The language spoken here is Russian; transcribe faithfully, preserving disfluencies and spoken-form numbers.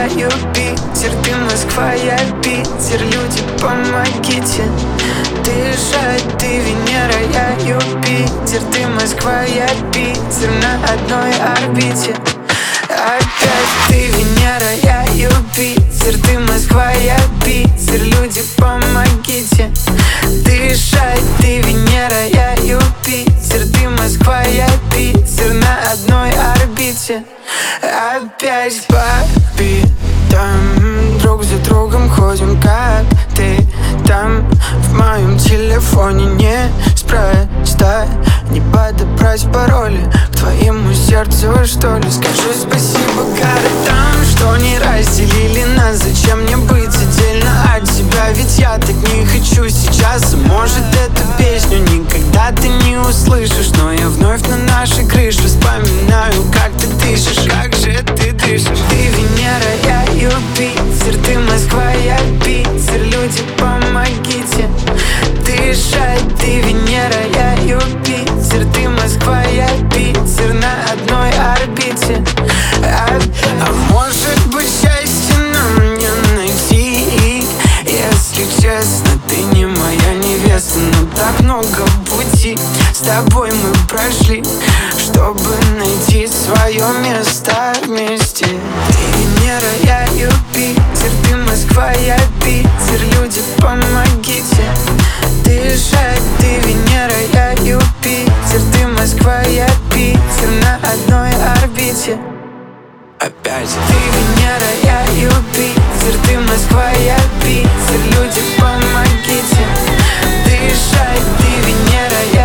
Юпитер, ты Москва, я Питер. Люди, помогите дышать. Ты Венера, я Юпитер. Ты Москва, я Питер. На одной орбите. Опять ты Венера, я Юпитер. Ты Москва, я Питер. Люди, помогите дышать. Ты Венера, я Юпитер. Ты Москва, я Питер. На одной орбите. Опять по пятам, друг за другом ходим, как ты там. В моем телефоне неспроста не подобрать пароли к твоему сердцу, что ли. Скажи спасибо городам, что не разделили нас. Зачем мне быть отдельно от тебя? Ведь я так не хочу сейчас. Может, эту песню никогда ты не услышишь, но я вновь на нашей крыше вспоминаю, как ты дышишь. Как же ты дышишь? Ты Венера, я Юпитер. Ты Москва, я Питер. Люди, помогите дышать. Ты Венера, я Юпитер. Ты Москва, я Питер. На одной орбите. А, а может быть, счастье нам не найти? Если честно, ты не моя невеста, но так много пути с тобой мы прошли, чтобы найти свое место вместе. Ты Венера, я Юпитер. Ты Москва, я Питер. Люди, помогите дышать. Ты Венера, я Юпитер. Ты Москва, я Питер. На одной орбите. Опять ты Венера, я Юпитер. Ты Москва, я Питер. Люди, помогите дышать. Ты Венера, я